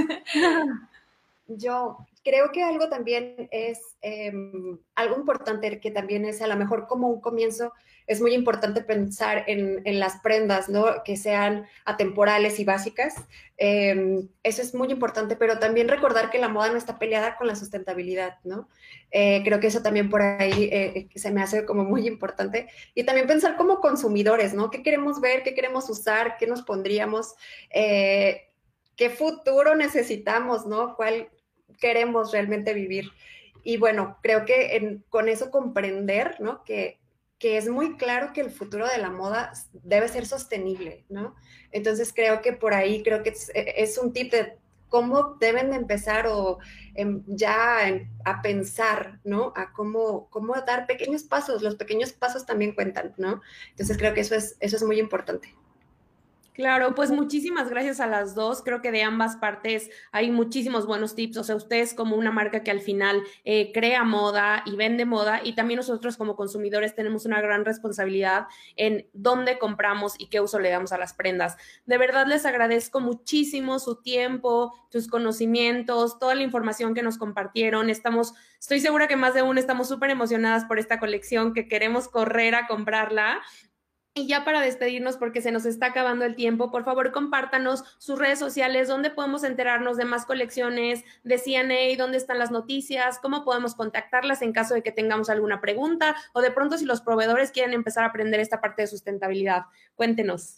Yo creo que algo también es, eh, algo importante que también es a lo mejor como un comienzo, es muy importante pensar en, en las prendas, ¿no? Que sean atemporales y básicas. Eh, eso es muy importante, pero también recordar que la moda no está peleada con la sustentabilidad, ¿no? Eh, creo que eso también por ahí eh, se me hace como muy importante. Y también pensar como consumidores, ¿no? ¿Qué queremos ver? ¿Qué queremos usar? ¿Qué nos pondríamos? Eh, ¿Qué futuro necesitamos, no? ¿Cuál queremos realmente vivir? Y bueno, creo que en, con eso comprender, ¿no? Que, que es muy claro que el futuro de la moda debe ser sostenible, ¿no? Entonces creo que por ahí, creo que es, es un tip de cómo deben de empezar o em, ya em, a pensar, ¿no? A cómo, cómo dar pequeños pasos. Los pequeños pasos también cuentan, ¿no? Entonces creo que eso es, eso es muy importante. Claro, pues muchísimas gracias a las dos. Creo que de ambas partes hay muchísimos buenos tips. O sea, ustedes como una marca que al final eh, crea moda y vende moda, y también nosotros como consumidores tenemos una gran responsabilidad en dónde compramos y qué uso le damos a las prendas. De verdad les agradezco muchísimo su tiempo, sus conocimientos, toda la información que nos compartieron. Estamos, estoy segura que más de una estamos súper emocionadas por esta colección, que queremos correr a comprarla. Y ya para despedirnos, porque se nos está acabando el tiempo, por favor compártanos sus redes sociales, dónde podemos enterarnos de más colecciones de C N A, dónde están las noticias, cómo podemos contactarlas en caso de que tengamos alguna pregunta o de pronto si los proveedores quieren empezar a aprender esta parte de sustentabilidad. Cuéntenos.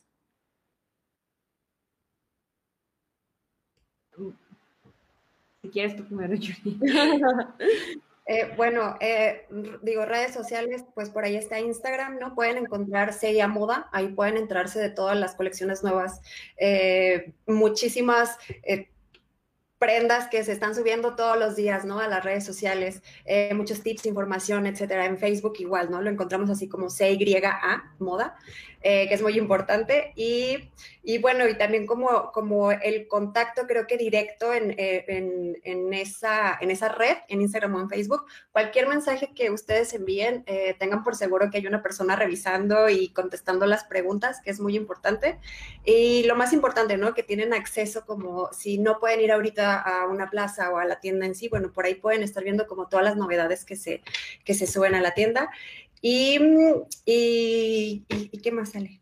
Si quieres tú primero, Yuri. Eh, bueno, eh, digo, redes sociales, pues por ahí está Instagram, ¿no? Pueden encontrar Seia Moda, ahí pueden enterarse de todas las colecciones nuevas, eh, muchísimas eh, prendas que se están subiendo todos los días, ¿no? A las redes sociales, eh, muchos tips, información, etcétera. En Facebook igual, ¿no? Lo encontramos así como C Y A, Moda, eh, que es muy importante. Y, y bueno, y también como, como el contacto, creo que directo en, en, en, esa, en esa red, en Instagram o en Facebook, cualquier mensaje que ustedes envíen, eh, tengan por seguro que hay una persona revisando y contestando las preguntas, que es muy importante. Y lo más importante, ¿no? Que tienen acceso, como si no pueden ir ahorita a una plaza o a la tienda en sí, bueno, por ahí pueden estar viendo como todas las novedades que se, que se suben a la tienda. Y, y, y, ¿y qué más sale?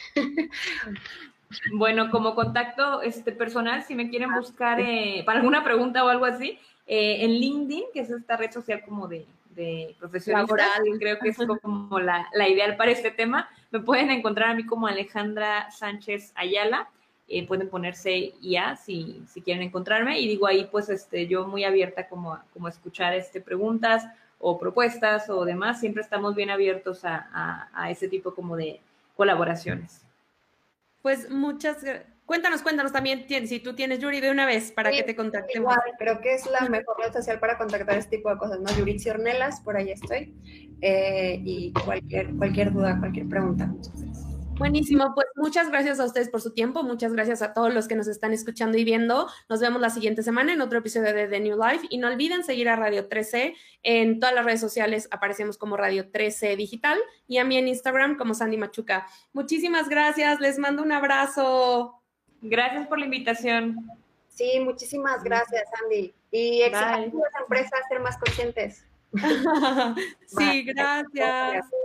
Bueno, como contacto este, personal, si me quieren buscar eh, para alguna pregunta o algo así, eh, en LinkedIn, que es esta red social como de, de profesionistas, laboral, creo que es como la, la ideal para este tema. Me pueden encontrar a mí como Alejandra Sánchez Ayala. Eh, pueden ponerse I A si, si quieren encontrarme, y digo ahí pues este, yo muy abierta como a, como a escuchar este, preguntas o propuestas o demás, siempre estamos bien abiertos a, a, a ese tipo como de colaboraciones. Pues muchas, cuéntanos, cuéntanos también si tú tienes, Yuri, de una vez para sí, que te contactemos. Igual, creo que es la mejor red social para contactar este tipo de cosas, ¿no? Yuri Ornelas, por ahí estoy, eh, y cualquier, cualquier duda, cualquier pregunta, muchas gracias. Buenísimo, pues muchas gracias a ustedes por su tiempo, muchas gracias a todos los que nos están escuchando y viendo. Nos vemos la siguiente semana en otro episodio de The New Life y no olviden seguir a Radio trece en todas las redes sociales, aparecemos como Radio trece Digital y a mí en Instagram como Sandy Machuca. Muchísimas gracias, les mando un abrazo. Gracias por la invitación. Sí, muchísimas gracias, Sandy. Y excelente a las empresas ser más conscientes. Sí, gracias.